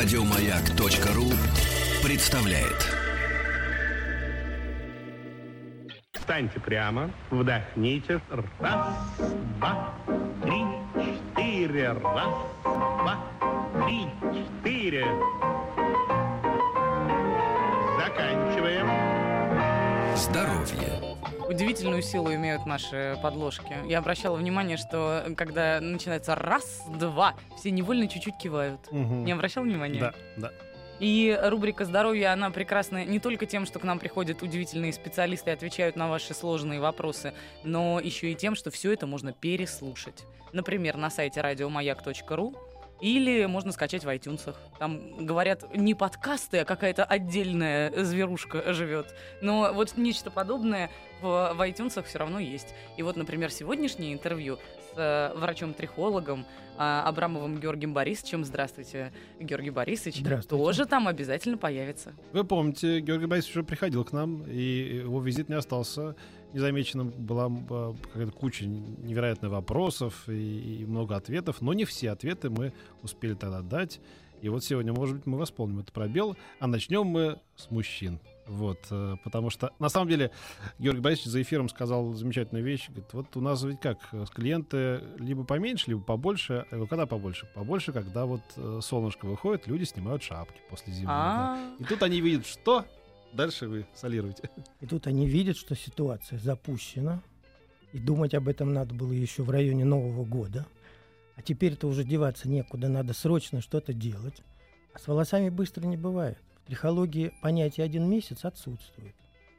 Радиомаяк.ру представляет. Встаньте прямо, вдохните. Раз, два, три, четыре. Раз, два, три, четыре. Заканчиваем. Здоровье. Удивительную силу имеют наши подложки. Я обращала внимание, что когда начинается раз, два, все невольно чуть-чуть кивают. Не обращал внимания? Да, да. И рубрика «Здоровье», она прекрасна не только тем, что к нам приходят удивительные специалисты и отвечают на ваши сложные вопросы, но еще и тем, что все это можно переслушать. Например, на сайте радиомаяк.ру или можно скачать в iTunes. Там, говорят, не подкасты, а какая-то отдельная зверушка живет. Но вот нечто подобное в iTunes все равно есть. И вот, например, сегодняшнее интервью с врачом-трихологом Абрамовым Георгием Борисовичем. Здравствуйте, Георгий Борисович. Здравствуйте. Тоже там обязательно появится. Вы помните, Георгий Борисович уже приходил к нам, и его визит не остался незамеченным. Была какая-то куча невероятных вопросов и много ответов, но не все ответы мы успели тогда дать. И вот сегодня, может быть, мы восполним этот пробел, а начнем мы с мужчин. Вот, потому что, на самом деле, Георгий Борисович за эфиром сказал замечательную вещь. Говорит, вот у нас ведь как, клиенты либо поменьше, либо побольше. Когда побольше? Побольше, когда вот солнышко выходит, люди снимают шапки после зимы. Да. И тут они видят, что? Дальше вы солируете. И тут они видят, что ситуация запущена, и думать об этом надо было еще в районе Нового года. А теперь-то уже деваться некуда, надо срочно что-то делать. А с волосами быстро не бывает. В трихологии понятие 1 месяц отсутствует.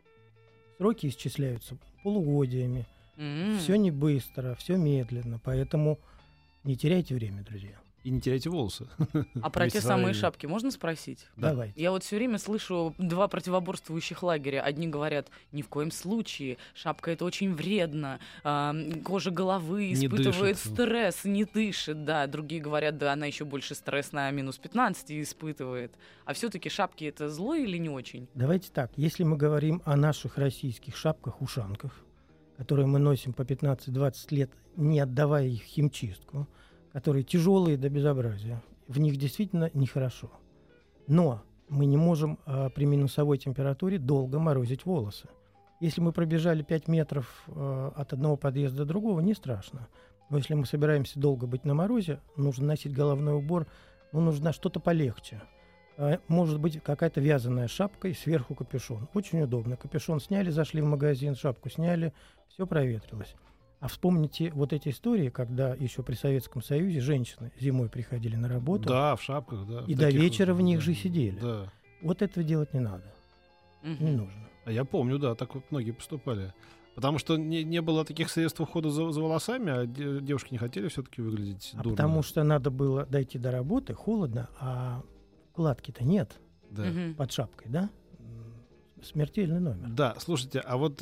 Сроки исчисляются полугодиями. Все не быстро, все медленно. Поэтому не теряйте время, друзья. И не теряйте волосы. А про те самые шапки можно спросить? Да. Давайте. Я вот все время слышу два противоборствующих лагеря. Одни говорят, ни в коем случае, шапка это очень вредно, кожа головы испытывает стресс, не дышит, да. Другие говорят, да, она еще больше стресс на минус 15 испытывает. А все-таки шапки это зло или не очень? Давайте так, если мы говорим о наших российских шапках-ушанках, которые мы носим по 15-20 лет, не отдавая их в химчистку, которые тяжелые до безобразия. В них действительно нехорошо. Но мы не можем при минусовой температуре долго морозить волосы. Если мы пробежали 5 метров от одного подъезда до другого, не страшно. Но если мы собираемся долго быть на морозе, нужно носить головной убор, нужно что-то полегче. Может быть, какая-то вязаная шапка и сверху капюшон. Очень удобно. Капюшон сняли, зашли в магазин, шапку сняли, все проветрилось. А вспомните вот эти истории, когда еще при Советском Союзе женщины зимой приходили на работу. Да, в шапках, да. И до вечера в них же сидели. Да. Вот этого делать не надо. Не нужно. А я помню, да, так вот многие поступали. Потому что не было таких средств ухода за волосами, а девушки не хотели все-таки выглядеть дурно. Потому что надо было дойти до работы, холодно, а вкладки-то нет под шапкой, да? Смертельный номер. Да, слушайте, а вот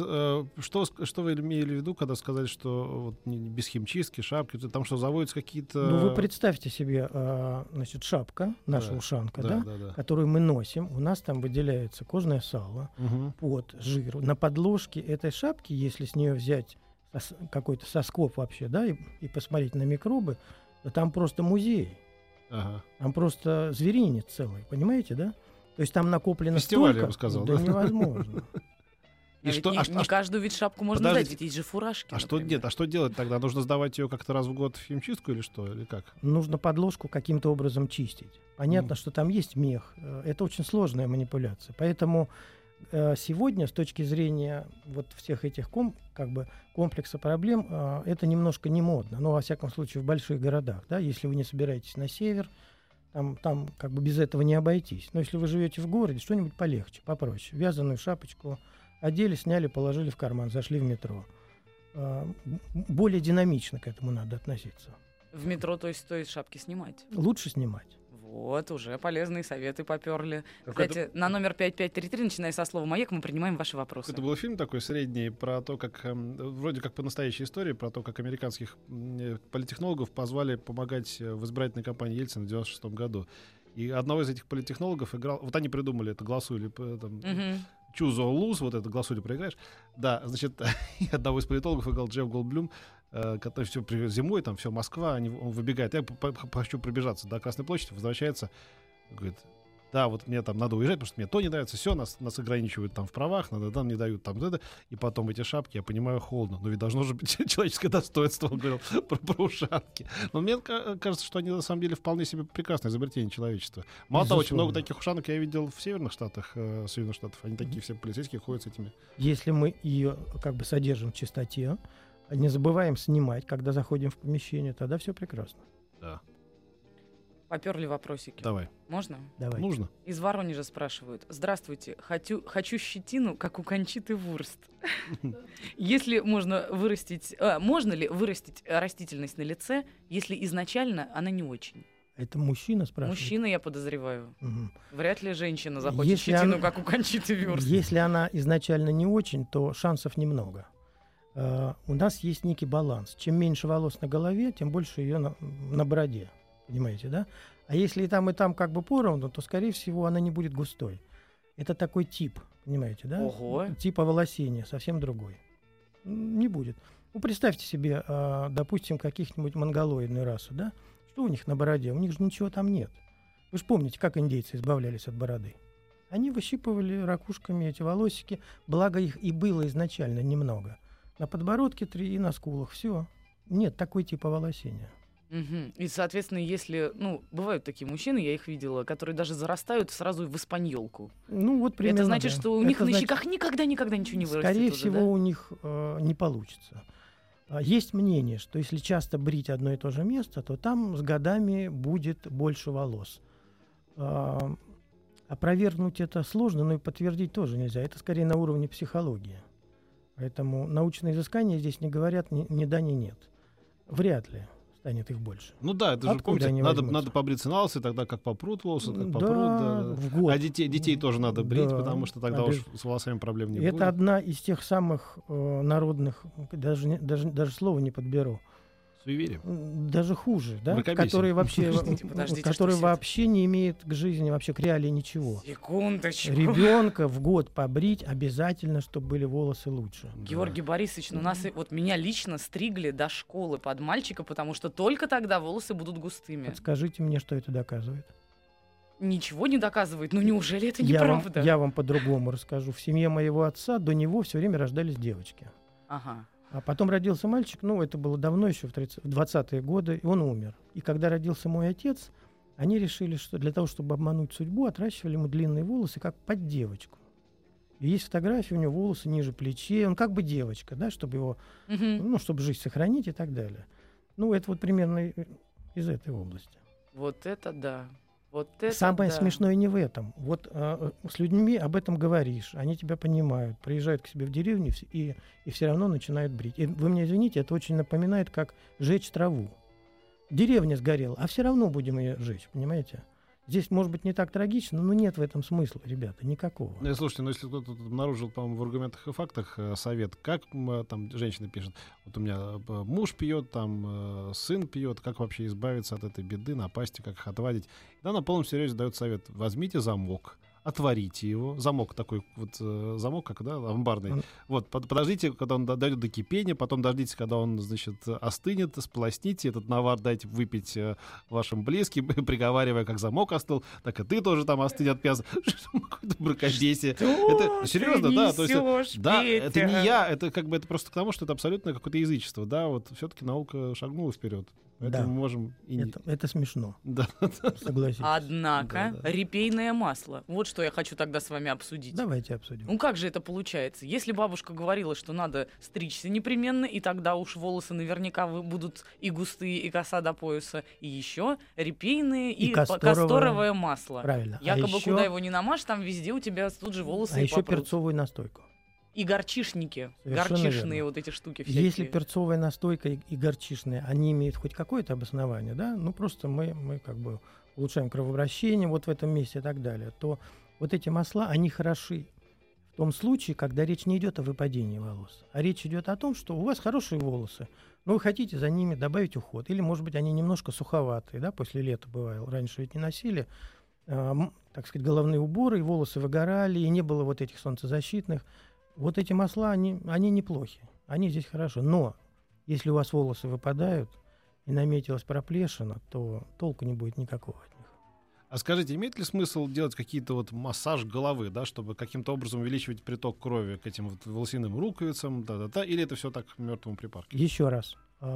что вы имели в виду, когда сказали, что вот, без химчистки, шапки, там что, заводятся какие-то... Ну, вы представьте себе, значит, шапка, наша ушанка, да, которую мы носим, у нас там выделяется кожное сало, пот, жир. На подложке этой шапки, если с нее взять какой-то соскоб вообще, да, и посмотреть на микробы, то там просто музей. Там просто зверинец целый, понимаете, да? То есть там накоплено фестиваль, столько... я бы сказал, да? Не каждую ведь шапку можно сдать, ведь есть же фуражки. А что делать тогда? Нужно сдавать ее как-то раз в год в химчистку или что? Или как? Нужно подложку каким-то образом чистить. Понятно, что там есть мех. Это очень сложная манипуляция. Поэтому сегодня, с точки зрения вот всех этих комплекса проблем, это немножко не модно. Но, во всяком случае, в больших городах. Да? Если вы не собираетесь на север, там как бы без этого не обойтись. Но если вы живете в городе, что-нибудь полегче, попроще. Вязаную шапочку одели, сняли, положили в карман, зашли в метро. Более динамично к этому надо относиться. В метро, то есть, стоит шапки снимать? Лучше снимать. Вот, уже полезные советы поперли. Кстати, на номер 5533, начиная со слова «Маяк», мы принимаем ваши вопросы. Это был фильм такой средний про то, как, вроде как по настоящей истории, про то, как американских политтехнологов позвали помогать в избирательной кампании Ельцина в 1996 году. И одного из этих политтехнологов играл... Вот они придумали это «Голосуй» или там... choose or lose, вот это «Голосуй» или проиграешь. Да, значит, одного из политологов играл Джефф Голдблюм, который все зимой, там все Москва, он выбегает. Я хочу пробежаться до Красной площади, возвращается Говорит, да, вот мне там надо уезжать, потому что мне то не нравится, все, нас ограничивают там в правах, нам не дают там это. И потом эти шапки, я понимаю, холодно. Но ведь должно же быть человеческое достоинство, он говорил про ушанки. Но мне кажется, что они на самом деле вполне себе прекрасное изобретение человечества. Мало того, очень много таких ушанок я видел в Северных Штатах, Соединенных Штатов. Они такие все полицейские ходят с этими. Если мы ее как бы содержим в чистоте, не забываем снимать, когда заходим в помещение, тогда все прекрасно. Да. Поперли вопросики. Давай. Можно? Давай. Нужно. Из Воронежа спрашивают. Здравствуйте, хочу щетину, как у Кончиты Вурст. Если можно вырастить... Можно ли вырастить растительность на лице, если изначально она не очень? Это мужчина спрашивает? Мужчина, я подозреваю. Угу. Вряд ли женщина захочет Если щетину, она- как у Кончиты Вурст. Если она изначально не очень, то шансов немного. У нас есть некий баланс. Чем меньше волос на голове, тем больше ее на бороде. Понимаете, да? А если и там как бы поровну, то, скорее всего, она не будет густой. Это такой тип, понимаете, да? Ого. Тип оволосения, совсем другой. Не будет. Ну, представьте себе, допустим, каких-нибудь монголоидную расу, да? Что у них на бороде? У них же ничего там нет. Вы же помните, как индейцы избавлялись от бороды? Они выщипывали ракушками эти волосики, благо их и было изначально немного. На подбородке 3 и на скулах. Все. Нет, такой тип оволосения. Мгм. И, соответственно, если... Ну, бывают такие мужчины, я их видела, которые даже зарастают сразу в испаньолку. Ну, вот примерно, Это значит, да. что у Это них на значит, щеках никогда ничего не вырастет скорее уже, всего, да? у них не получится. Есть мнение, что если часто брить одно и то же место, то там с годами будет больше волос. Опровергнуть это сложно, но и подтвердить тоже нельзя. Это скорее на уровне психологии. Поэтому научные изыскания здесь не говорят ни да, ни нет. Вряд ли станет их больше. Ну да, это же, Откуда помните, они надо возьмутся? побриться на лысо, тогда как попрут волосы, как попрут. Да, Да. в год. А детей тоже надо брить, Да, потому что тогда уж с волосами проблем не Это будет. одна из тех самых народных, даже слова не подберу, Суеверие. даже хуже, да, Мракобесие. которые вообще, Подождите, которые что все вообще не имеют к жизни, вообще к реалии ничего. Секундочку. Ребенка в год побрить обязательно, чтобы были волосы лучше. Георгий Борисович, ну нас вот меня лично стригли до школы под мальчика, потому что только тогда волосы будут густыми. Подскажите мне, что это доказывает. Ничего не доказывает. Ну неужели это Я неправда? вам по-другому расскажу. В семье моего отца до него все время рождались девочки. Ага. А потом родился мальчик, ну, это было давно, еще в 20-е годы, и он умер. И когда родился мой отец, они решили, что для того, чтобы обмануть судьбу, отращивали ему длинные волосы, как под девочку. И есть фотографии, у него волосы ниже плечей, он как бы девочка, да, чтобы его, Мгм. ну, чтобы жизнь сохранить и так далее. Ну, это вот примерно из этой области. Вот это да. Вот это Самое да. смешное не в этом. Вот с людьми об этом говоришь, они тебя понимают, приезжают к себе в деревню и все равно начинают брить. И вы меня извините, это очень напоминает, как жечь траву. Деревня сгорела, а все равно будем ее жечь, понимаете? Здесь, может быть, не так трагично, но нет в этом смысла, ребята, никакого. Ну, слушайте, если кто-то тут обнаружил, по-моему, в аргументах и фактах совет, как там женщина пишет, вот у меня муж пьет, там сын пьет, как вообще избавиться от этой беды, напасти, как их отвадить. Да, на полном серьезе дает совет. Возьмите замок, отворите его. Замок такой, вот замок, как, да, амбарный. Вот, подождите, когда он дойдет до кипения, потом дождитесь, когда он, значит, остынет, сполосните, этот навар дайте выпить вашим близким, приговаривая, как замок остыл, так и ты тоже там остынь от пьяса. Какое-то мракобесие. Это серьезно, да, то есть, да, это не я, это как бы это просто к тому, что это абсолютно какое-то язычество, да, вот все-таки наука шагнула вперед. Поэтому Да. мы можем и не... Это смешно, Да. согласитесь. Однако, Да. репейное масло. Вот что я хочу тогда с вами обсудить. Давайте обсудим. Ну как же это получается? Если бабушка говорила, что надо стричься непременно, и тогда уж волосы наверняка будут и густые, и коса до пояса, и еще репейные, И и касторовое. касторовое масло. Правильно. Якобы еще, куда его не намажь, там везде у тебя тут же волосы и еще попрут. перцовую настойку. И горчишники, Совершенно горчишные верно. вот эти штуки всякие. Если перцовая настойка и горчишная, они имеют хоть какое-то обоснование, да, ну просто мы как бы улучшаем кровообращение вот в этом месте и так далее, то вот эти масла, они хороши в том случае, когда речь не идет о выпадении волос, а речь идет о том, что у вас хорошие волосы, но вы хотите за ними добавить уход, или, может быть, они немножко суховатые, да, после лета бывало, раньше ведь не носили, так сказать, головные уборы, и волосы выгорали, и не было вот этих солнцезащитных. Вот эти масла, они неплохи, они здесь хорошо. Но если у вас волосы выпадают и наметилась проплешина, то толку не будет никакого от них. А скажите, имеет ли смысл делать какие-то вот массаж головы, да, чтобы каким-то образом увеличивать приток крови к этим вот волосяным луковицам, или это все так мертвому припарке? Еще раз.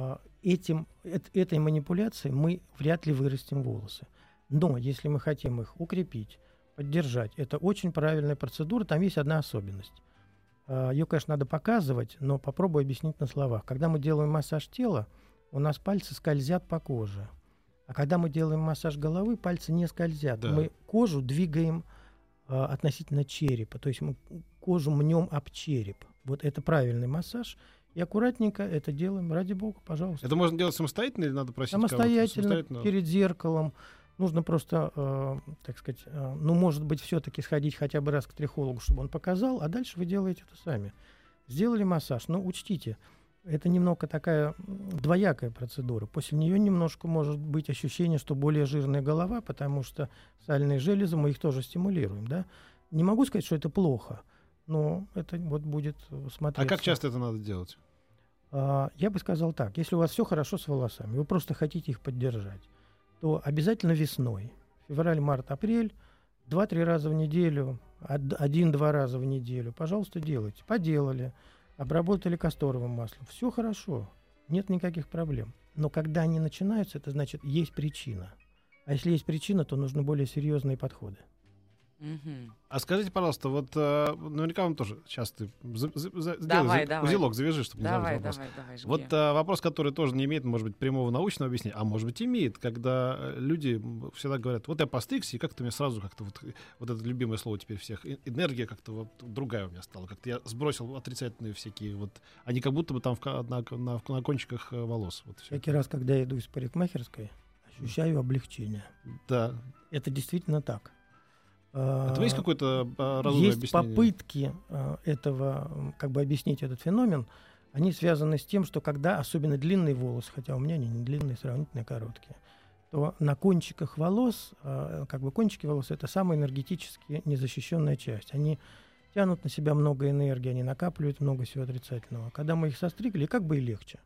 Этой манипуляцией мы вряд ли вырастим волосы. Но если мы хотим их укрепить, поддержать, это очень правильная процедура. Там есть одна особенность. Ее, конечно, надо показывать, но попробую объяснить на словах. Когда мы делаем массаж тела, у нас пальцы скользят по коже. А когда мы делаем массаж головы, пальцы не скользят. Да. Мы кожу двигаем относительно черепа. То есть мы кожу мнем об череп. Вот это правильный массаж. И аккуратненько это делаем. Ради бога, пожалуйста. Это можно делать самостоятельно или надо просить Самостоятельно, кого-то? перед зеркалом. Нужно просто, так сказать, может быть, все-таки сходить хотя бы раз к трихологу, чтобы он показал, а дальше вы делаете это сами. Сделали массаж, но учтите, это немного такая двоякая процедура. После нее немножко может быть ощущение, что более жирная голова, потому что сальные железы, мы их тоже стимулируем. Да? Не могу сказать, что это плохо, но это вот будет смотреться. А как часто это надо делать? Я бы сказал так, если у вас все хорошо с волосами, вы просто хотите их поддержать, то обязательно весной, февраль, март, апрель, 2-3 раза в неделю, 1-2 раза в неделю, пожалуйста, делайте. Поделали, обработали касторовым маслом, все хорошо, нет никаких проблем. Но когда они начинаются, это значит, есть причина. А если есть причина, то нужны более серьезные подходы. А скажите, пожалуйста, вот наверняка вам тоже сейчас ты Давай. узелок завяжи, чтобы не забыть вопрос. Давай, жги. Вот вопрос, который тоже не имеет, может быть, прямого научного объяснения, а может быть, имеет, когда люди всегда говорят, вот я постригся, и как-то мне сразу как-то вот это любимое слово теперь всех, энергия как-то вот другая у меня стала, как-то я сбросил отрицательные всякие, вот, они как будто бы там на кончиках волос. Вот всё. Всякий раз, когда я иду из парикмахерской, ощущаю облегчение. Да. Это действительно так. Это есть какое-то разумное Есть объяснение? попытки этого, как бы объяснить этот феномен. Они связаны с тем, что когда, особенно длинные волосы, хотя у меня они не длинные, сравнительно короткие, то на кончиках волос, как бы кончики волос, это самая энергетически незащищенная часть. Они тянут на себя много энергии, они накапливают много всего отрицательного. Когда мы их состригли, как бы и легче.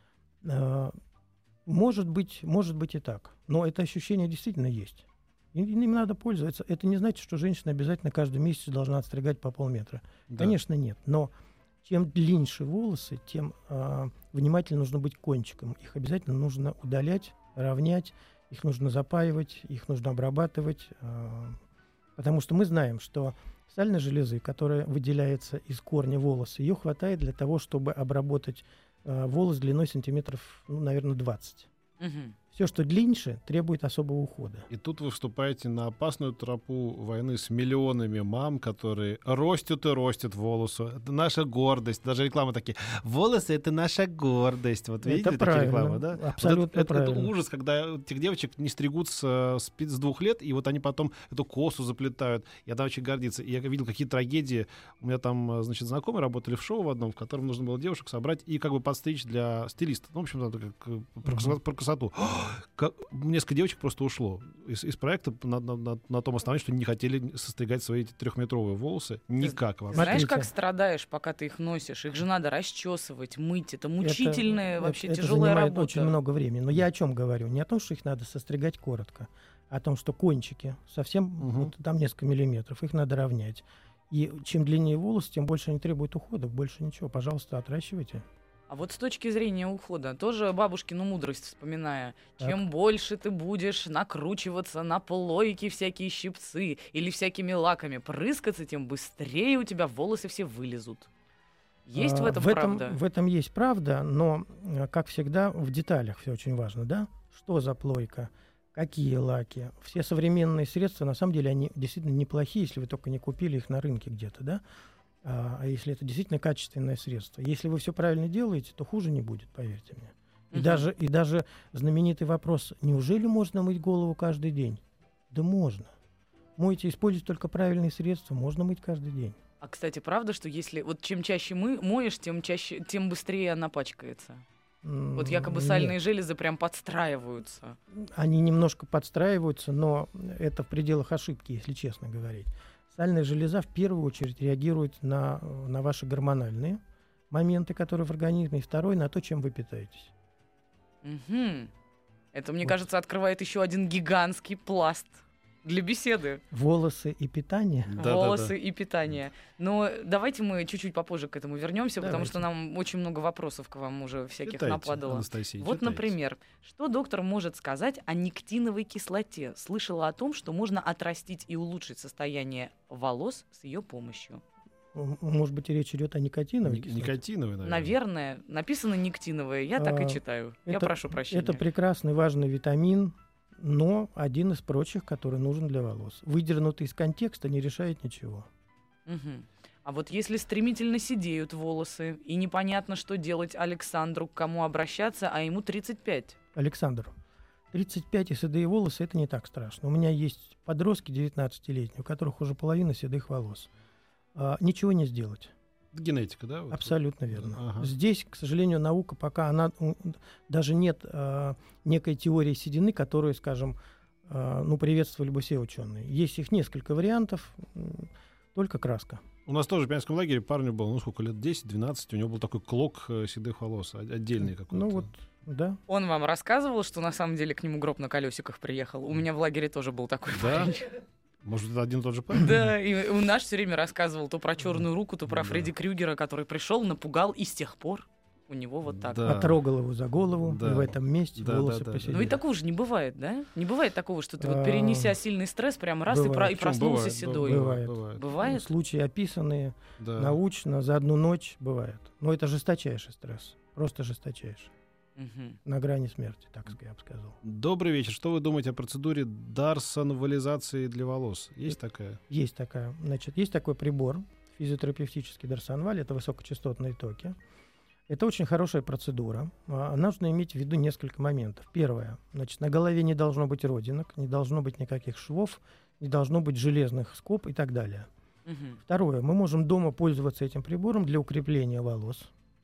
Может быть и так. Но это ощущение действительно есть. Им надо пользоваться. Это не значит, что женщина обязательно каждый месяц должна отстригать по полметра. Да. Конечно, нет. Но чем длиннее волосы, тем внимательно нужно быть кончиком. Их обязательно нужно удалять, равнять, их нужно запаивать, их нужно обрабатывать. Потому что мы знаем, что сальной железы, которая выделяется из корня волоса, ее хватает для того, чтобы обработать волос длиной сантиметров, наверное, 20. Все, что длиннее, требует особого ухода. И тут вы вступаете на опасную тропу войны с миллионами мам, которые ростят и ростят волосы. Это наша гордость. Даже рекламы такие. Волосы — это наша гордость. Вот видите это такие правильно. рекламы, да? Абсолютно вот правильно. это ужас, когда этих девочек не стригут с 2 лет, и вот они потом эту косу заплетают. Я там очень гордиться. И я видел какие трагедии. У меня там, значит, знакомые работали в шоу в одном, в котором нужно было девушек собрать и как бы подстричь для стилиста. Ну, в общем, там, про красоту. Несколько девочек просто ушло из проекта на том основании, что не хотели состригать свои 3-метровые волосы. Никак вообще. Знаешь, Смотрите. как страдаешь, пока ты их носишь? Их же надо расчесывать, мыть. Это мучительная, вообще это тяжелая занимает работа. очень много времени. Но я о чем говорю? Не о том, что их надо состригать коротко, а о том, что кончики совсем, вот там несколько миллиметров, их надо равнять. И чем длиннее волосы, тем больше они требуют ухода. Больше ничего. Пожалуйста, отращивайте. А вот с точки зрения ухода, тоже бабушкину мудрость вспоминая, Так. чем больше ты будешь накручиваться на плойки, всякие щипцы или всякими лаками прыскаться, тем быстрее у тебя волосы все вылезут. Есть в этом правда? В этом есть правда, но, как всегда, в деталях все очень важно, да? Что за плойка, какие лаки. Все современные средства, на самом деле, они действительно неплохие, если вы только не купили их на рынке где-то, да? А если это действительно качественное средство. Если вы все правильно делаете, то хуже не будет, поверьте мне. И даже знаменитый вопрос, неужели можно мыть голову каждый день? Да можно. Мойте, используйте только правильные средства, можно мыть каждый день. А, кстати, правда, что если вот чем чаще моешь, тем быстрее она пачкается? Вот якобы сальные железы прям подстраиваются. Они немножко подстраиваются, но это в пределах ошибки, если честно говорить. Сальная железа в первую очередь реагирует на ваши гормональные моменты, которые в организме, и второй на то, чем вы питаетесь. Это, мне кажется, открывает еще один гигантский пласт Для беседы. Волосы и питание. Волосы и питание. Но давайте мы чуть-чуть попозже к этому вернемся, потому Давайте. что нам очень много вопросов к вам уже всяких Читайте, нападало. Анастасия, Вот, читайте. например, что доктор может сказать о никтиновой кислоте? Слышала о том, что можно отрастить и улучшить состояние волос с ее помощью. Может быть, речь идет о никотиновой кислоте? Никотиновый, наверное. Наверное, написано никтиновое, я так и читаю. Я прошу прощения. Это прекрасный, важный витамин, но один из прочих, который нужен для волос. Выдернутый из контекста не решает ничего. Мгм. А вот если стремительно седеют волосы, и непонятно, что делать Александру, к кому обращаться, а ему 35. Александр, 35 и седые волосы — это не так страшно. У меня есть подростки 19-летние, у которых уже половина седых волос. Ничего не сделать. Генетика, да? Вот? Абсолютно верно. Ага. Здесь, к сожалению, наука пока даже нет некой теории седины, которую, скажем, приветствовали бы все ученые. Есть их несколько вариантов, только краска. У нас тоже в пионерском лагере парню было, сколько лет, 10-12, у него был такой клок седых волос, отдельный какой-то. Да. Он вам рассказывал, что на самом деле к нему гроб на колесиках приехал? У меня в лагере тоже был такой Да? парень. Может, это один и тот же парень? Да, и он наш все время рассказывал то про черную руку, то про Да. Фредди Крюгера, который пришел, напугал, и с тех пор у него вот так. Да. Потрогал его за голову, Да. и в этом месте Да, волосы да, да, посидели. Ну и такого же не бывает, да? Не бывает такого, что ты вот А, перенеся сильный стресс, прям раз и бывает. и проснулся Бывает, седой. Бывает. Бывает? Случаи описанные Да. научно за одну ночь бывают. Но это жесточайший стресс. Просто жесточайший. Мгм. На грани смерти, так я бы сказал. Добрый вечер. Что вы думаете о процедуре дарсонвализации для волос? Есть такая? Есть такая, есть такой прибор, физиотерапевтический дарсонваль, это высокочастотные токи. Это очень хорошая процедура. Нужно иметь в виду несколько моментов. Первое, на голове не должно быть родинок, не должно быть никаких швов, не должно быть железных скоб и так далее. Мгм. Второе, мы можем дома пользоваться этим прибором для укрепления волос.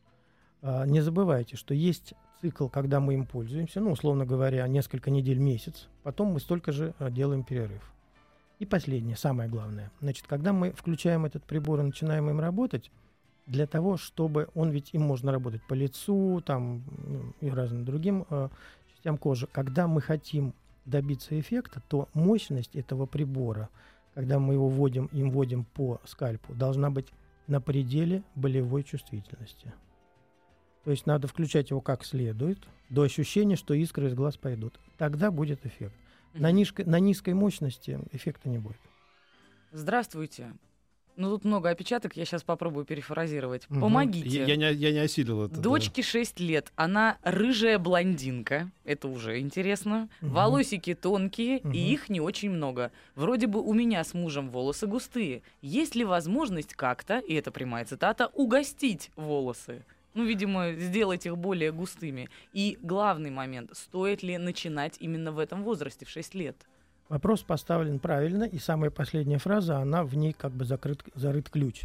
Не забывайте, что есть цикл, когда мы им пользуемся, условно говоря, несколько недель, месяц, потом мы столько же делаем перерыв. И последнее, самое главное. Когда мы включаем этот прибор и начинаем им работать, для того, чтобы им можно работать по лицу, и разным другим частям кожи. Когда мы хотим добиться эффекта, то мощность этого прибора, когда мы его вводим по скальпу, должна быть на пределе болевой чувствительности. То есть надо включать его как следует, до ощущения, что искры из глаз пойдут. Тогда будет эффект. На низкой мощности эффекта не будет. Здравствуйте. Тут много опечаток, я сейчас попробую перефразировать. Мгм. Помогите. Я не осилил это. Дочке 6 лет, она рыжая блондинка, это уже интересно. Мгм. Волосики тонкие, Мгм. и их не очень много. Вроде бы у меня с мужем волосы густые. Есть ли возможность как-то, и это прямая цитата, угостить волосы? Видимо, сделать их более густыми. И главный момент, стоит ли начинать именно в этом возрасте, в 6 лет? Вопрос поставлен правильно, и самая последняя фраза, она в ней зарыт ключ.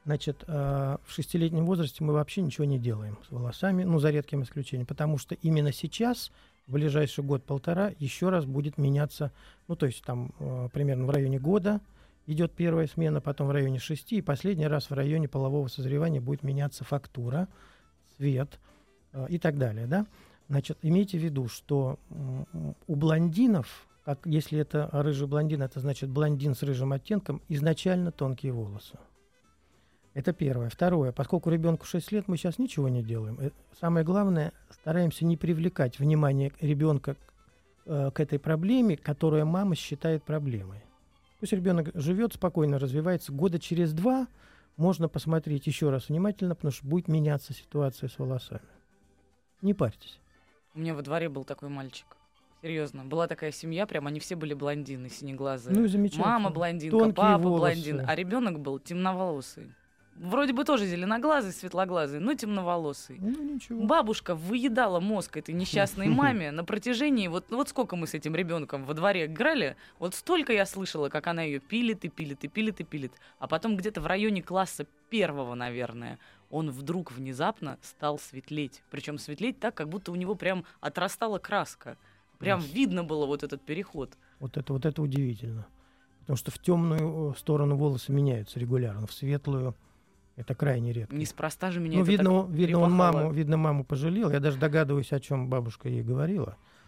В 6-летнем возрасте мы вообще ничего не делаем с волосами, за редким исключением, потому что именно сейчас, в ближайший год-полтора, еще раз будет меняться, примерно в районе года идет первая смена, потом в районе 6, и последний раз в районе полового созревания будет меняться фактура, цвет и так далее. Да? Имейте в виду, что у блондинов, если это рыжий блондин, это значит блондин с рыжим оттенком, изначально тонкие волосы. Это первое. Второе. Поскольку ребенку 6 лет, мы сейчас ничего не делаем. Самое главное, стараемся не привлекать внимание ребенка к этой проблеме, которую мама считает проблемой. Пусть ребенок живет спокойно, развивается. Года через 2 можно посмотреть еще раз внимательно, потому что будет меняться ситуация с волосами. Не парьтесь. У меня во дворе был такой мальчик. Серьезно, была такая семья, прям они все были блондины, синеглазые. Ну и замечательно. Мама блондинка, Тонкие папа волосы. блондин, а ребенок был темноволосый. Вроде бы тоже зеленоглазый, светлоглазый, но темноволосый. Ничего. Бабушка выедала мозг этой несчастной маме на протяжении, вот сколько мы с этим ребенком во дворе играли, вот столько я слышала, как она ее пилит и пилит и пилит и пилит. А потом где-то в районе класса 1, наверное, он вдруг внезапно стал светлеть. Причем светлеть так, как будто у него прям отрастала краска. Прям видно было вот этот переход. Вот это удивительно. Потому что в темную сторону волосы меняются регулярно, в светлую это крайне редко. Неспроста же меня Ну, это так видно, он перепахало. маму пожалел. Я даже догадываюсь, о чем бабушка ей говорила.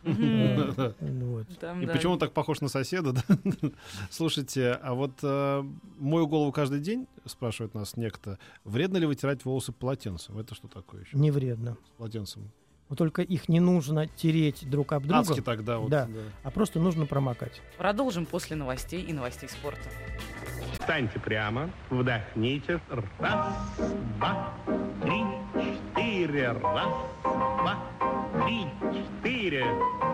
Вот. Там, И да. почему он так похож на соседа? Да? Слушайте, а вот мою голову каждый день, спрашивает нас некто, вредно ли вытирать волосы полотенцем? Это что такое еще? Не вредно. Полотенцем. Но только их не нужно тереть друг об друга, Адски тогда. Вот, Да. а просто нужно промокать. Продолжим после новостей и новостей спорта. Встаньте прямо, вдохните. Раз, два, три, четыре. Раз, два, три, четыре.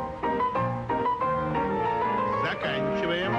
Заканчиваем.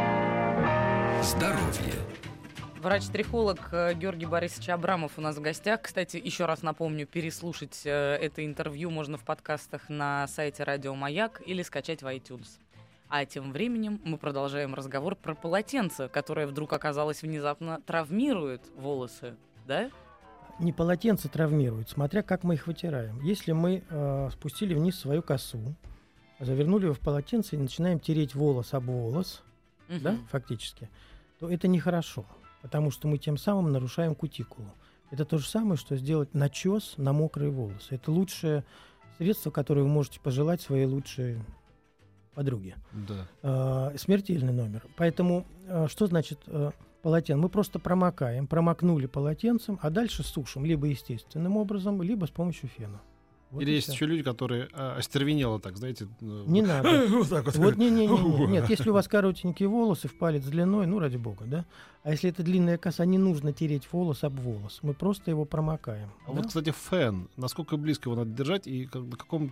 Здоровье. Врач-трихолог Георгий Борисович Абрамов у нас в гостях. Кстати, еще раз напомню, переслушать это интервью можно в подкастах на сайте Радио Маяк или скачать в iTunes. А тем временем мы продолжаем разговор про полотенце, которое вдруг оказалось внезапно травмирует волосы, да? Не полотенце травмирует, смотря как мы их вытираем. Если мы спустили вниз свою косу, завернули его в полотенце и начинаем тереть волос об волос, да, фактически, то это нехорошо, потому что мы тем самым нарушаем кутикулу. Это то же самое, что сделать начес на мокрые волосы. Это лучшее средство, которое вы можете пожелать своей лучшей подруге. Да. Смертельный номер. Поэтому что значит полотенце? Мы просто промокаем, промокнули полотенцем, а дальше сушим либо естественным образом, либо с помощью фена. Вот Или и есть всё. еще люди, которые остервенело так, знаете... Не надо. Вот так вот. Вот нет, если у вас коротенькие волосы в палец длиной, ну ради бога, да. А если это длинная коса, не нужно тереть волос об волос. Мы просто его промокаем. А да? вот, кстати, фен. Насколько близко его надо держать и на каком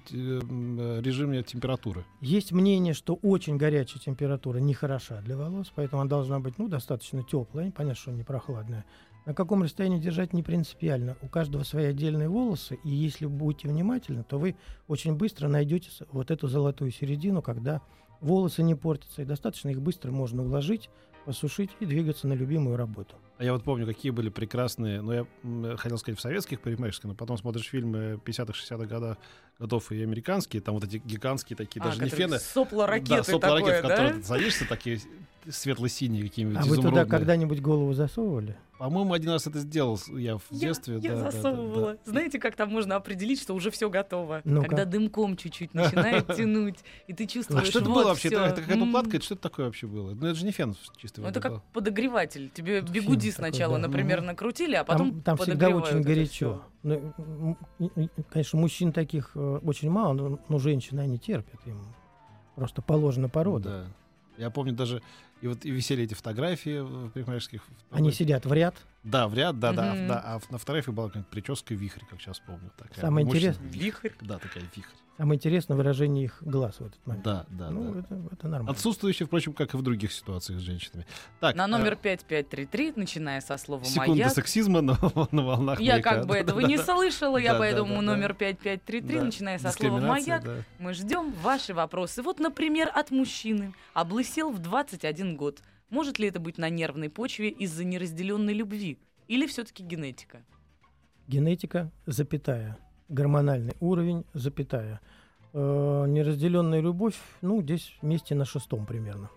режиме температуры? Есть мнение, что очень горячая температура не хороша для волос, поэтому она должна быть достаточно теплая. Понятно, что не прохладная. На каком расстоянии держать не принципиально. У каждого свои отдельные волосы, и если вы будете внимательны, то вы очень быстро найдете вот эту золотую середину, когда волосы не портятся, и достаточно их быстро можно уложить, посушить и двигаться на любимую работу. А я вот помню, какие были прекрасные, я хотел сказать в советских парикмахерских, но потом смотришь фильмы 50-х, 60-х годов и американские, там вот эти гигантские такие, даже не фены. Сопла-ракеты Да, сопла-ракеты, такое, в которые да? ты садишься, такие светло-синие какие-нибудь, А вы изумрудные. туда когда-нибудь голову засовывали? По-моему, один раз это сделал я в детстве. Я да, засовывала. да. Знаете, как там можно определить, что уже все готово? Ну-ка. Когда дымком чуть-чуть начинает тянуть, и ты А чувствуешь, что это вот было вообще? всё. Это какая-то укладка? Что это такое вообще было? Ну, это же не фен чистый. Ну, это воды как подогреватель. Тебе Это бигуди фен сначала, такой, да. например, накрутили, а потом Там всегда подогревают очень это горячо. всё. Конечно, мужчин таких очень мало, но женщины, они терпят. Им просто положено по роду. Да. Я помню даже, и висели эти фотографии в парикмахерских. Они сидят в ряд. Да, в ряд, да. Мгм. А на фотографии была какая-то прическа вихрь, как сейчас помню. Такая. Самое Мужчина- интересное- Вихрь. Да, такая вихрь. Самое интересное выражение их глаз в этот момент. Да. Это нормально. Отсутствующий, впрочем, как и в других ситуациях с женщинами. Так, На номер 5533, начиная со слова секунда «Маяк». сексизма на волнах Я Маяка. как бы этого не слышала, я Да, поэтому да. номер 5533, Да. начиная со слова Дискриминация, «Маяк». да. Мы ждем ваши вопросы. Вот, например, от мужчины. Облысел в 21 год. Может ли это быть на нервной почве из-за неразделенной любви? Или все-таки генетика? Генетика, запятая. Гормональный уровень, запятая. Неразделенная любовь, здесь вместе на 6 примерно.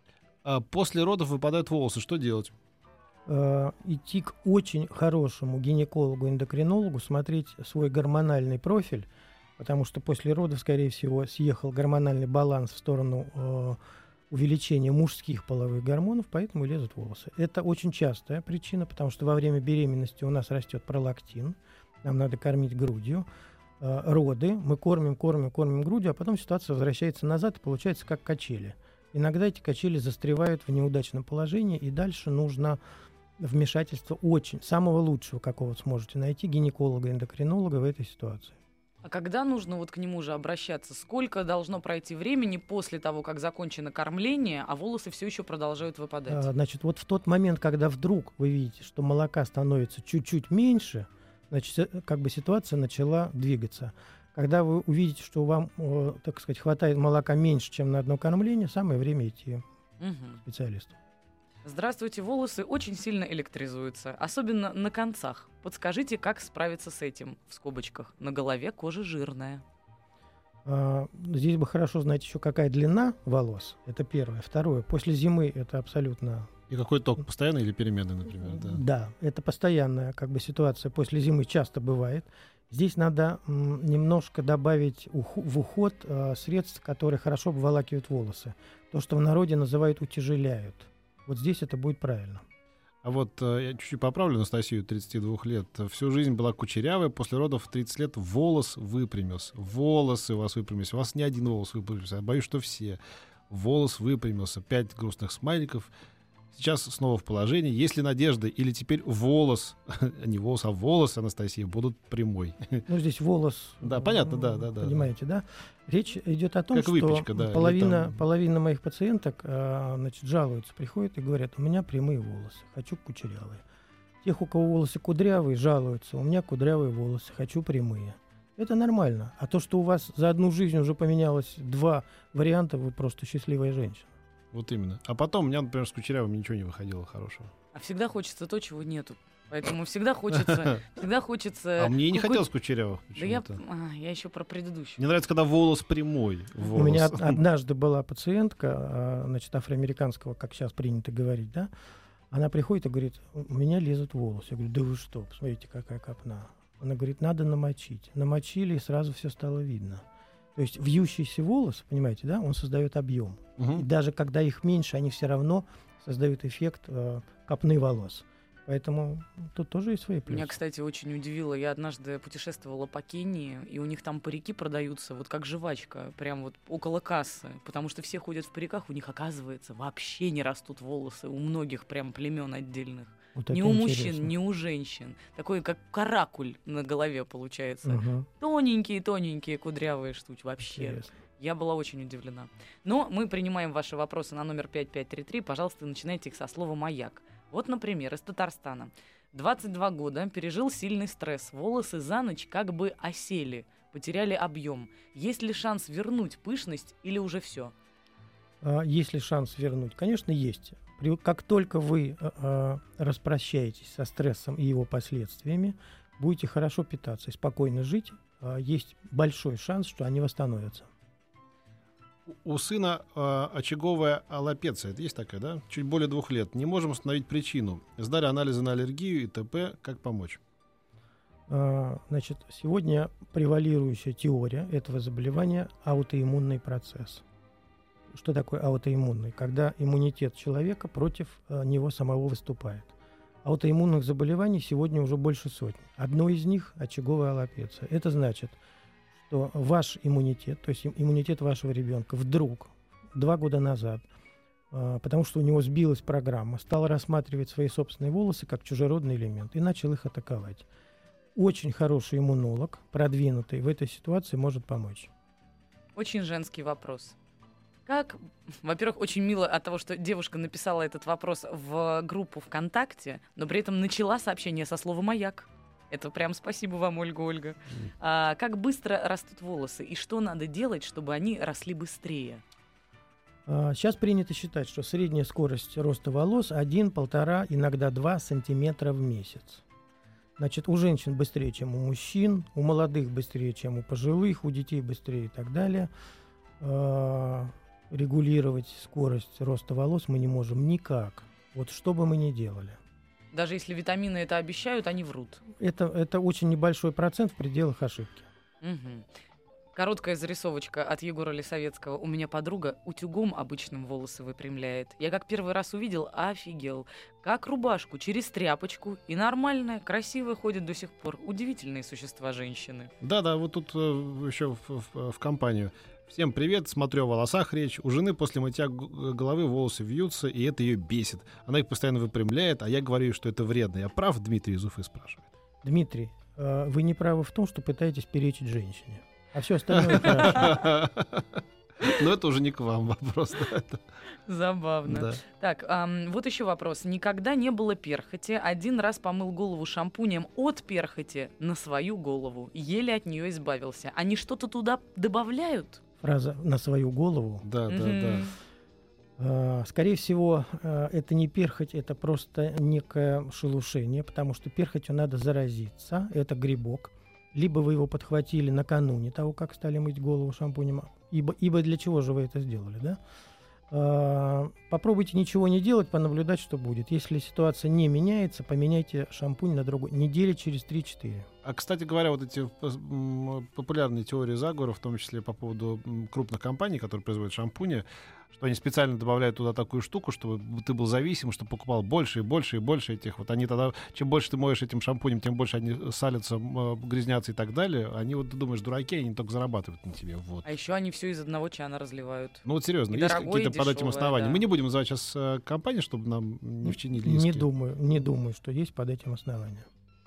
А после родов выпадают волосы. Что делать? Идти к очень хорошему гинекологу-эндокринологу, смотреть свой гормональный профиль, потому что после родов, скорее всего, съехал гормональный баланс в сторону увеличения мужских половых гормонов, поэтому лезут волосы. Это очень частая причина, потому что во время беременности у нас растет пролактин, нам надо кормить грудью. Роды, мы кормим грудью, а потом ситуация возвращается назад и получается как качели. Иногда эти качели застревают в неудачном положении, и дальше нужно вмешательство самого лучшего, какого сможете найти, гинеколога, эндокринолога в этой ситуации. А когда нужно вот к нему же обращаться? Сколько должно пройти времени после того, как закончено кормление, а волосы все еще продолжают выпадать? Значит, вот в тот момент, когда вдруг вы видите, что молока становится чуть-чуть меньше, значит, как бы ситуация начала двигаться. Когда вы увидите, что вам, так сказать, хватает молока меньше, чем на одно кормление, самое время идти к специалисту. Здравствуйте, волосы очень сильно электризуются, особенно на концах. Подскажите, как справиться с этим, в скобочках. На голове кожа жирная. Здесь бы хорошо знать еще, какая длина волос. Это первое. Второе. После зимы это абсолютно... И какой ток? Постоянный или переменный, например? Да. Да, это постоянная как бы ситуация. После зимы часто бывает. Здесь надо немножко добавить в уход средств, которые хорошо обволакивают волосы. То, что в народе называют утяжеляют. Вот здесь это будет правильно. А вот я чуть-чуть поправлю Анастасию, 32 лет. Всю жизнь была кучерявая, после родов в 30 лет волос выпрямился. Волосы у вас выпрямились. У вас не один волос выпрямился. Я боюсь, что все. Волос выпрямился. 5 грустных смайликов. Сейчас снова в положении. Есть ли надежда? Или теперь волос, не волос, а волос, Анастасия, будут прямой? Ну, здесь волос... Да, понятно, да. Понимаете, да? Речь идет о том, как выпечка, что да, половина моих пациенток жалуются, приходят и говорят, у меня прямые волосы, хочу кучерявые. Тех, у кого волосы кудрявые, жалуются, у меня кудрявые волосы, хочу прямые. Это нормально. А то, что у вас за одну жизнь уже поменялось 2 варианта, вы просто счастливая женщина. Вот именно. А потом у меня, например, с кучерявым ничего не выходило хорошего. А всегда хочется то, чего нету. Поэтому всегда хочется... А мне и не хотелось кучерявых. Да я еще про предыдущую. Мне нравится, когда волос прямой. У меня однажды была пациентка, афроамериканского, как сейчас принято говорить, да? Она приходит и говорит, у меня лезут волосы. Я говорю, да вы что, посмотрите, какая копна. Она говорит, надо намочить. Намочили, и сразу все стало видно. То есть вьющийся волос, понимаете, да, он создает объем. И даже когда их меньше, они все равно создают эффект копны волос. Поэтому тут тоже есть свои плюсы. Меня, кстати, очень удивило. Я однажды путешествовала по Кении, и у них там парики продаются, вот как жвачка, прям вот около кассы. Потому что все ходят в париках, у них, оказывается, вообще не растут волосы. У многих прям племен отдельных. Вот ни у мужчин, ни у женщин. Такой, как каракуль на голове получается. Тоненькие кудрявые штуки. Вообще. Интересно. Я была очень удивлена. Но мы принимаем ваши вопросы на номер 5533. Пожалуйста, начинайте их со слова «Маяк». Вот, например, из Татарстана. 22 года, пережил сильный стресс. Волосы за ночь как бы осели, потеряли объем. Есть ли шанс вернуть пышность или уже все? Есть ли шанс вернуть? Конечно, есть. Как только вы распрощаетесь со стрессом и его последствиями, будете хорошо питаться и спокойно жить, есть большой шанс, что они восстановятся. У сына очаговая аллопеция, это есть такая, да? Чуть более 2 лет. Не можем установить причину. Сдали анализы на аллергию и т.п. Как помочь? Значит, сегодня превалирующая теория этого заболевания – аутоиммунный процесс. Что такое аутоиммунный? Когда иммунитет человека против него самого выступает. Аутоиммунных заболеваний сегодня уже больше сотни. Одно из них – очаговая аллопеция. Это значит, что ваш иммунитет, то есть иммунитет вашего ребенка, вдруг 2 года назад, потому что у него сбилась программа, стал рассматривать свои собственные волосы как чужеродный элемент и начал их атаковать. Очень хороший иммунолог, продвинутый, в этой ситуации может помочь. Очень женский вопрос. Как, во-первых, очень мило от того, что девушка написала этот вопрос в группу ВКонтакте, но при этом начала сообщение со слова «Маяк». Это прям спасибо вам, Ольга. Как быстро растут волосы и что надо делать, чтобы они росли быстрее? Сейчас принято считать, что средняя скорость роста волос 1-1,5, иногда 2 сантиметра в месяц. Значит, у женщин быстрее, чем у мужчин, у молодых быстрее, чем у пожилых, у детей быстрее и так далее. Регулировать скорость роста волос мы не можем никак. Вот что бы мы ни делали. Даже если витамины это обещают, они врут. Это очень небольшой процент в пределах ошибки. Угу. Короткая зарисовочка от Егора Лисовецкого. У меня подруга утюгом обычным волосы выпрямляет. Я как первый раз увидел, офигел. Как рубашку, через тряпочку. И нормальная, красивая ходит до сих пор. Удивительные существа женщины. Да, вот тут еще в компанию. Всем привет, смотрю о волосах речь. У жены после мытья головы волосы вьются, и это ее бесит. Она их постоянно выпрямляет, а я говорю, что это вредно. Я прав, Дмитрий из Уфы спрашивает. Дмитрий, вы не правы в том, что пытаетесь перечить женщине. А все остальное хорошо. Но это уже не к вам вопрос. Забавно. Так, вот еще вопрос. Никогда не было перхоти. Один раз помыл голову шампунем от перхоти на свою голову. Еле от нее избавился. Они что-то туда добавляют? Фраза «на свою голову». Да. Скорее всего, это не перхоть, это просто некое шелушение, потому что перхотью надо заразиться. Это грибок. Либо вы его подхватили накануне того, как стали мыть голову шампунем, ибо для чего же вы это сделали, да? Попробуйте ничего не делать, понаблюдать, что будет. Если ситуация не меняется, поменяйте шампунь на другой. Недели через 3-4. А, кстати говоря, вот эти популярные теории заговора, в том числе по поводу крупных компаний, которые производят шампуни, что они специально добавляют туда такую штуку, чтобы ты был зависим, чтобы покупал больше и больше и больше этих. Вот они тогда, чем больше ты моешь этим шампунем, тем больше они салятся, грязнятся и так далее. Они, вот ты думаешь, дураки, они только зарабатывают на тебе. Вот. А еще они все из одного чана разливают. Ну вот серьезно, И есть дорогое, какие-то и под этим дешевое, основания? да. Мы не будем называть сейчас компании, чтобы нам не вчинили иски. Не думаю, что есть под этим основания.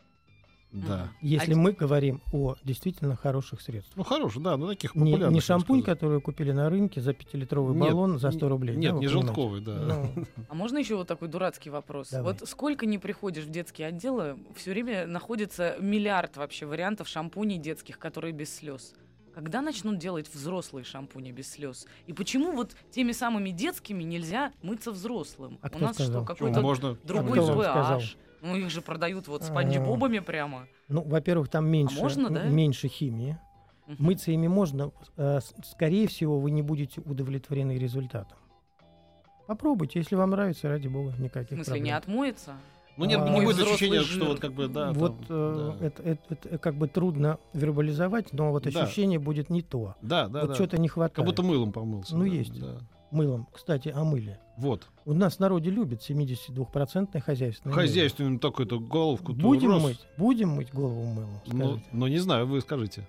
Да. Если мы говорим о действительно хороших средствах. Ну, хороший, да, ну таких Не популярных. шампунь, я бы сказал. который купили на рынке за 5-литровый Нет, баллон за 100 рублей. Нет, да, вы не понимаете? желтковый, да. Ну, А можно еще вот такой дурацкий вопрос? Давай. Вот сколько не приходишь в детские отделы, все время находится миллиард вообще вариантов шампуней детских, которые без слез. Когда начнут делать взрослые шампуни без слез? И почему вот теми самыми детскими нельзя мыться взрослым? А У кто нас сказал? что, Почему? какой-то Можно... другой А кто вам сказал? pH? Ну их же продают вот спанч Бобами прямо. ну, во-первых, там меньше, можно, да? меньше химии. Мгм. Мыться ими можно. Скорее всего, вы не будете удовлетворены результатом. Попробуйте, если вам нравится, ради бога, В никаких смысле, проблем. не отмоется? Ну, нет, А, не будет взрослый ощущения, жир. что вот как бы, да. Вот там, да. это как бы трудно вербализовать, но вот Да. ощущение будет не то. Да, да, вот да. что-то не хватает. Как будто мылом помылся. Ну, да, есть. да. Мылом. Кстати, о мыле. Вот. У нас в народе любят 72% хозяйственное мыло. Хозяйственную такую-то головку. Будем мыть голову мылом? Ну, Скажите. ну, не знаю, вы скажите.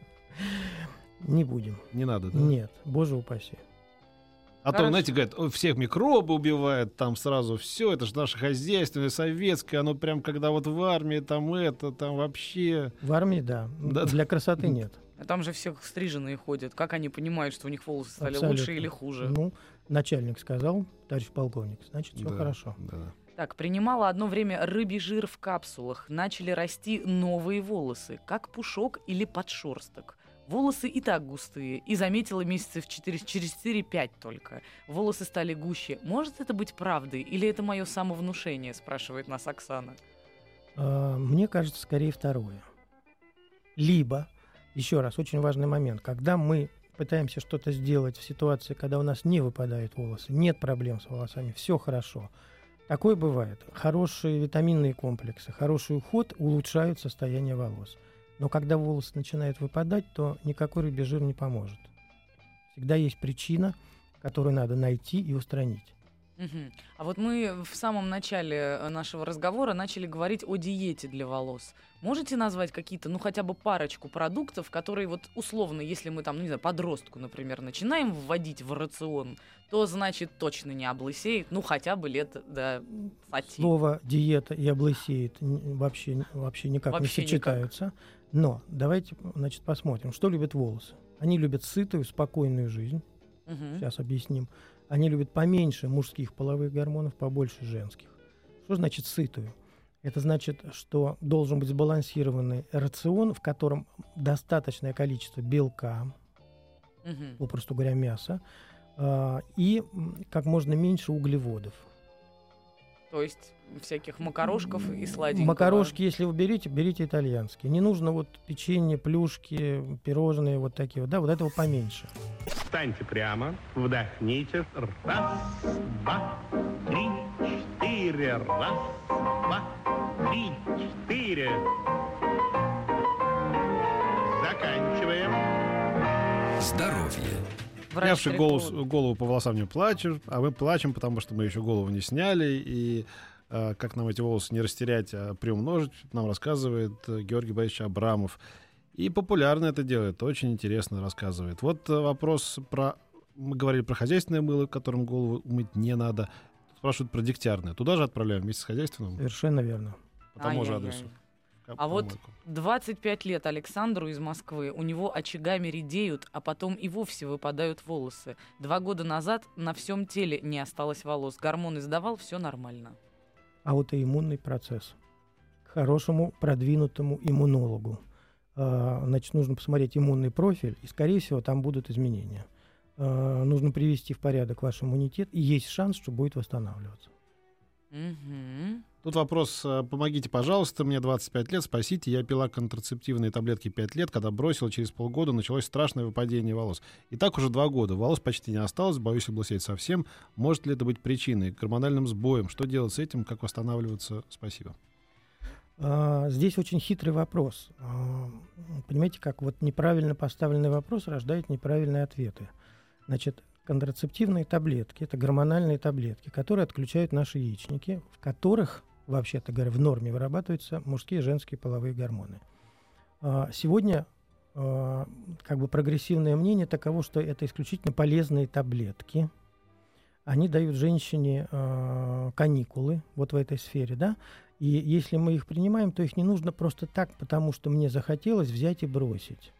Не будем. Не надо, да? Нет, боже упаси. А то, Хорошо. знаете, говорят, «Ой, всех микробы убивает, там сразу все, это же наше хозяйственное, советское, оно прям когда вот в армии, там это, там вообще... В армии, да. Да. Для красоты нет. А там же всех стриженные ходят. Как они понимают, что у них волосы стали Абсолютно. лучше или хуже? Ну, начальник сказал, товарищ полковник, значит, все Да, хорошо. да. Так, принимала одно время рыбий жир в капсулах. Начали расти новые волосы, как пушок или подшерсток. Волосы и так густые. И заметила месяцев через 4-5 только. Волосы стали гуще. Может это быть правдой? Или это мое самовнушение, спрашивает нас Оксана. Мне кажется, скорее второе. Либо, еще раз, очень важный момент, когда мы пытаемся что-то сделать в ситуации, когда у нас не выпадают волосы, нет проблем с волосами, все хорошо. Такое бывает. Хорошие витаминные комплексы, хороший уход улучшают состояние волос. Но когда волосы начинают выпадать, то никакой рыбий жир не поможет. Всегда есть причина, которую надо найти и устранить. Мгм. А вот мы в самом начале нашего разговора начали говорить о диете для волос. Можете назвать какие-то, ну хотя бы парочку продуктов, которые вот условно, если мы там, ну, не знаю, подростку, например, начинаем вводить в рацион, то значит точно не облысеет, ну хотя бы лет до 20. Слово диета и облысеет вообще никак Вообще не никак. сочетаются. Но давайте, значит, посмотрим, что любят волосы. Они любят сытую, спокойную жизнь. Мгм. Сейчас объясним. Они любят поменьше мужских половых гормонов, побольше женских. Что значит сытую? Это значит, что должен быть сбалансированный рацион, в котором достаточное количество белка, Мгм. попросту говоря, мяса, и как можно меньше углеводов. То есть всяких макарошков и сладенького. Макарошки, если вы берите итальянские. Не нужно вот печенье, плюшки, пирожные, вот такие вот, да, вот этого поменьше. Встаньте прямо, вдохните. Раз, два, три, четыре. Раз, два, три, четыре. Заканчиваем. Здоровье. Врач Снявший голову по волосам не плачешь, а мы плачем, потому что мы еще голову не сняли. И как нам эти волосы не растерять, а приумножить, нам рассказывает Георгий Борисович Абрамов. И популярно это делает, очень интересно рассказывает. Вот вопрос про... Мы говорили про хозяйственное мыло, которым голову мыть не надо. Спрашивают про дегтярное. Туда же отправляем вместе с хозяйственным? Совершенно верно. По тому же Ай-яй-яй. адресу. А вот 25 лет Александру из Москвы. У него очагами редеют, а потом и вовсе выпадают волосы. 2 года назад на всем теле не осталось волос. Гормоны сдавал, все нормально. Аутоиммунный процесс. К хорошему продвинутому иммунологу. Значит, нужно посмотреть иммунный профиль, и, скорее всего, там будут изменения. Нужно привести в порядок ваш иммунитет, и есть шанс, что будет восстанавливаться. Мгм. Тут вопрос, помогите, пожалуйста, мне 25 лет, спасите, я пила контрацептивные таблетки 5 лет, когда бросила, через полгода началось страшное выпадение волос. И так уже 2 года, волос почти не осталось, боюсь облысеть совсем. Может ли это быть причиной, гормональным сбоем? Что делать с этим, как восстанавливаться? Спасибо. Здесь очень хитрый вопрос. Понимаете, как вот неправильно поставленный вопрос рождает неправильные ответы. Значит, контрацептивные таблетки — это гормональные таблетки, которые отключают наши яичники, в которых, вообще-то говоря, в норме вырабатываются мужские и женские половые гормоны. Сегодня как бы прогрессивное мнение таково, что это исключительно полезные таблетки. Они дают женщине каникулы вот в этой сфере, да, и если мы их принимаем, то их не нужно просто так, потому что мне захотелось взять и бросить.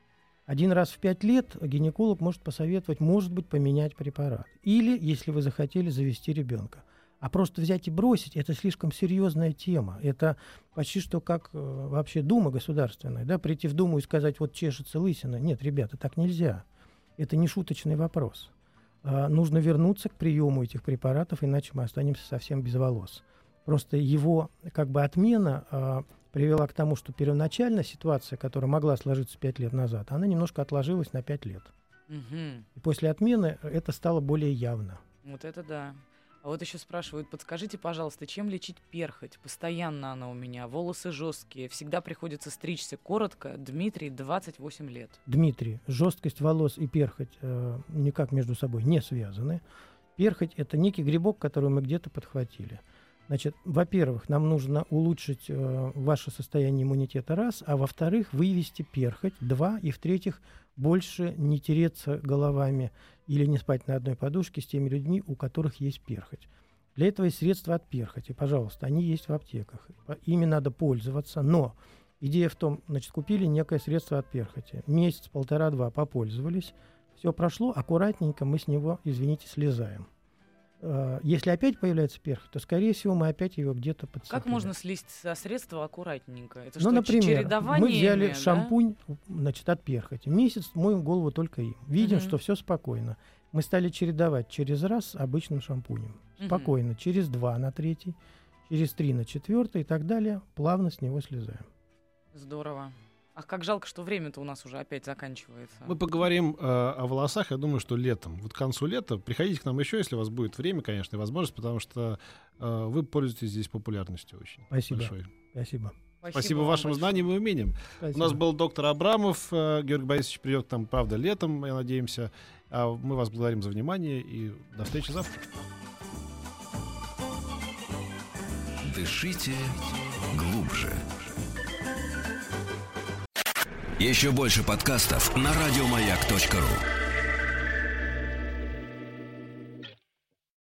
1 раз в 5 лет гинеколог может посоветовать, может быть, поменять препарат. Или, если вы захотели, завести ребенка. А просто взять и бросить — это слишком серьезная тема. Это почти что как вообще Дума государственная. Да? Прийти в Думу и сказать, вот чешется лысина. Нет, ребята, так нельзя. Это не шуточный вопрос. Нужно вернуться к приему этих препаратов, иначе мы останемся совсем без волос. Просто его как бы отмена привела к тому, что первоначально ситуация, которая могла сложиться 5 лет назад, она немножко отложилась на 5 лет. И после отмены это стало более явно. Вот это да. А вот еще спрашивают, подскажите, пожалуйста, чем лечить перхоть? Постоянно она у меня, волосы жесткие, всегда приходится стричься коротко. Дмитрий, 28 лет. Дмитрий, жесткость волос и перхоть никак между собой не связаны. Перхоть — это некий грибок, который мы где-то подхватили. Значит, во-первых, нам нужно улучшить ваше состояние иммунитета, раз, а во-вторых, вывести перхоть, 2, и в-третьих, больше не тереться головами или не спать на одной подушке с теми людьми, у которых есть перхоть. Для этого есть средства от перхоти, пожалуйста, они есть в аптеках. Ими надо пользоваться, но идея в том, значит, купили некое средство от перхоти, месяц, 1,5-2 попользовались, все прошло, аккуратненько мы с него, извините, слезаем. Если опять появляется перхоть, то, скорее всего, мы опять ее где-то подцепили. Как можно слезть со средства аккуратненько? Это ну, что, например, мы взяли да? шампунь, значит, от перхоти. Месяц моем голову только им. Видим, что все спокойно. Мы стали чередовать через раз обычным шампунем. Спокойно. Через 2 на 3, через 3 на 4 и так далее. Плавно с него слезаем. Здорово. Ах, как жалко, что время-то у нас уже опять заканчивается. Мы поговорим о волосах, я думаю, что летом. Вот к концу лета приходите к нам еще, если у вас будет время, конечно, и возможность, потому что вы пользуетесь здесь популярностью очень большой. Спасибо. Спасибо вашим знаниям и умениям. Спасибо. У нас был доктор Абрамов. Георгий Борисович придет к нам, правда, летом, мы надеемся. А мы вас благодарим за внимание и до встречи завтра. Дышите глубже. Еще больше подкастов на радиомаяк.ру.